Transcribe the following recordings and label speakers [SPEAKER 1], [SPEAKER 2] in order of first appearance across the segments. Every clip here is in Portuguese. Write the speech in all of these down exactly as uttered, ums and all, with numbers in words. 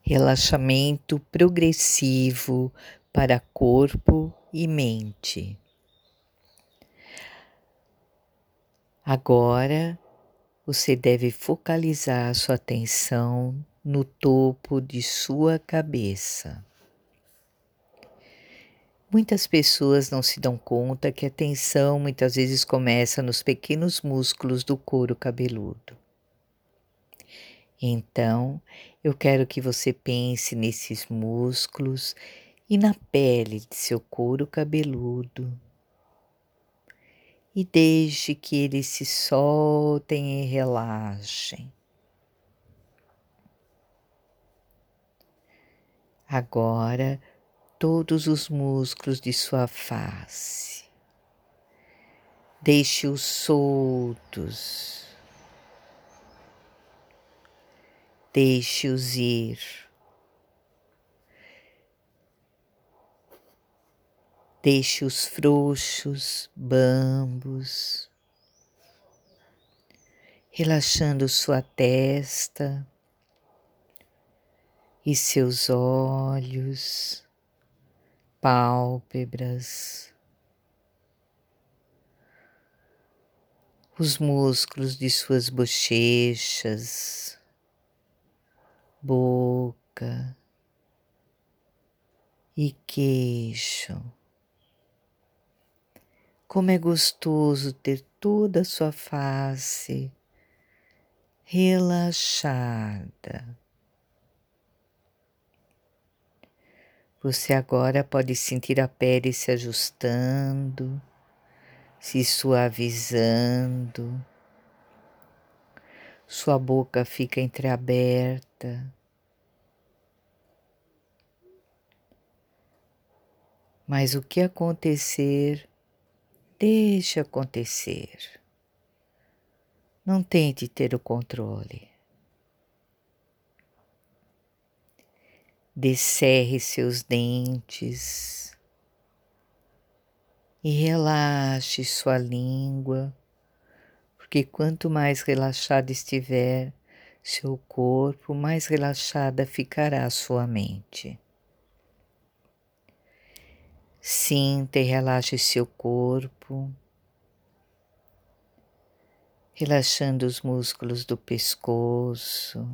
[SPEAKER 1] Relaxamento progressivo para corpo e mente. Agora, você deve focalizar sua atenção no topo de sua cabeça. Muitas pessoas não se dão conta que a tensão muitas vezes começa nos pequenos músculos do couro cabeludo. Então, eu quero que você pense nesses músculos e na pele de seu couro cabeludo e deixe que eles se soltem e relaxem. Agora, todos os músculos de sua face, deixe-os soltos, deixe-os ir. Deixe-os frouxos, bambos, relaxando sua testa e seus olhos, pálpebras, os músculos de suas bochechas, boca e queixo. Como é gostoso ter toda a sua face relaxada. Você agora pode sentir a pele se ajustando, se suavizando. Sua boca fica entreaberta. Mas o que acontecer, deixe acontecer. Não tente ter o controle. Descerre seus dentes e relaxe sua língua, porque quanto mais relaxado estiver seu corpo, mais relaxada ficará sua mente. Sinta e relaxe seu corpo, relaxando os músculos do pescoço,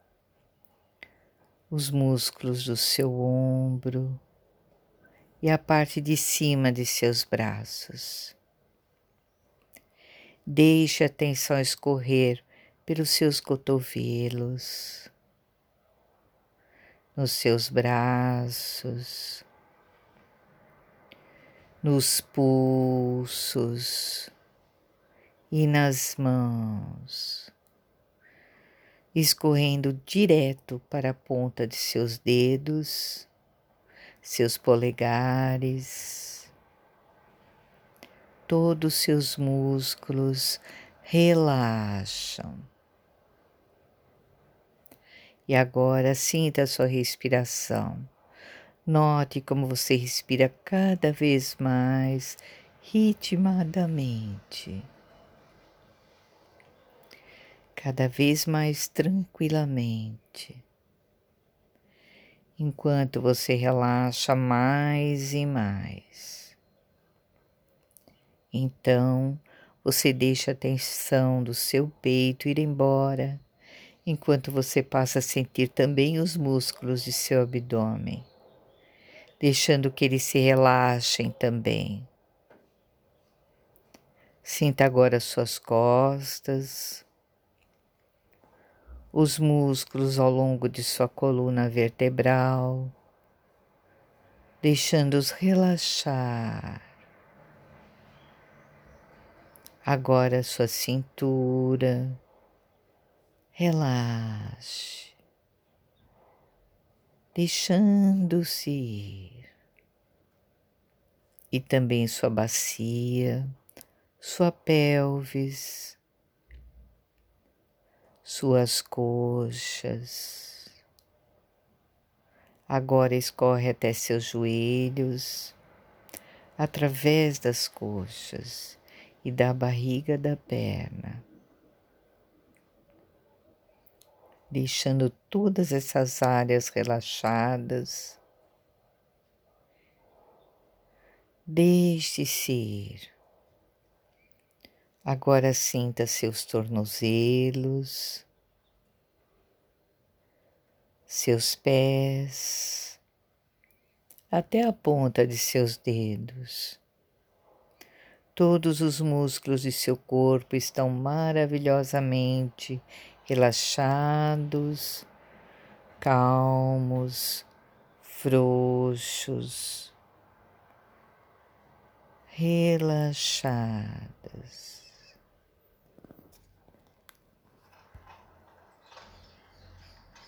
[SPEAKER 1] os músculos do seu ombro e a parte de cima de seus braços. Deixe a tensão escorrer pelos seus cotovelos, nos seus braços, nos pulsos e nas mãos, escorrendo direto para a ponta de seus dedos, seus polegares. Todos os seus músculos relaxam. E agora sinta a sua respiração. Note como você respira cada vez mais ritmadamente, cada vez mais tranquilamente, enquanto você relaxa mais e mais. Então, você deixa a tensão do seu peito ir embora, enquanto você passa a sentir também os músculos de seu abdômen, deixando que eles se relaxem também. Sinta agora suas costas, os músculos ao longo de sua coluna vertebral, deixando-os relaxar. Agora sua cintura, relaxe, deixando-se ir. E também sua bacia, sua pelvis, suas coxas. Agora escorre até seus joelhos, através das coxas e da barriga da perna. deixando todas essas áreas relaxadas. Deixe-se ir. Agora sinta seus tornozelos, seus pés, até a ponta de seus dedos. Todos os músculos de seu corpo estão maravilhosamente relaxados, calmos, frouxos, relaxadas.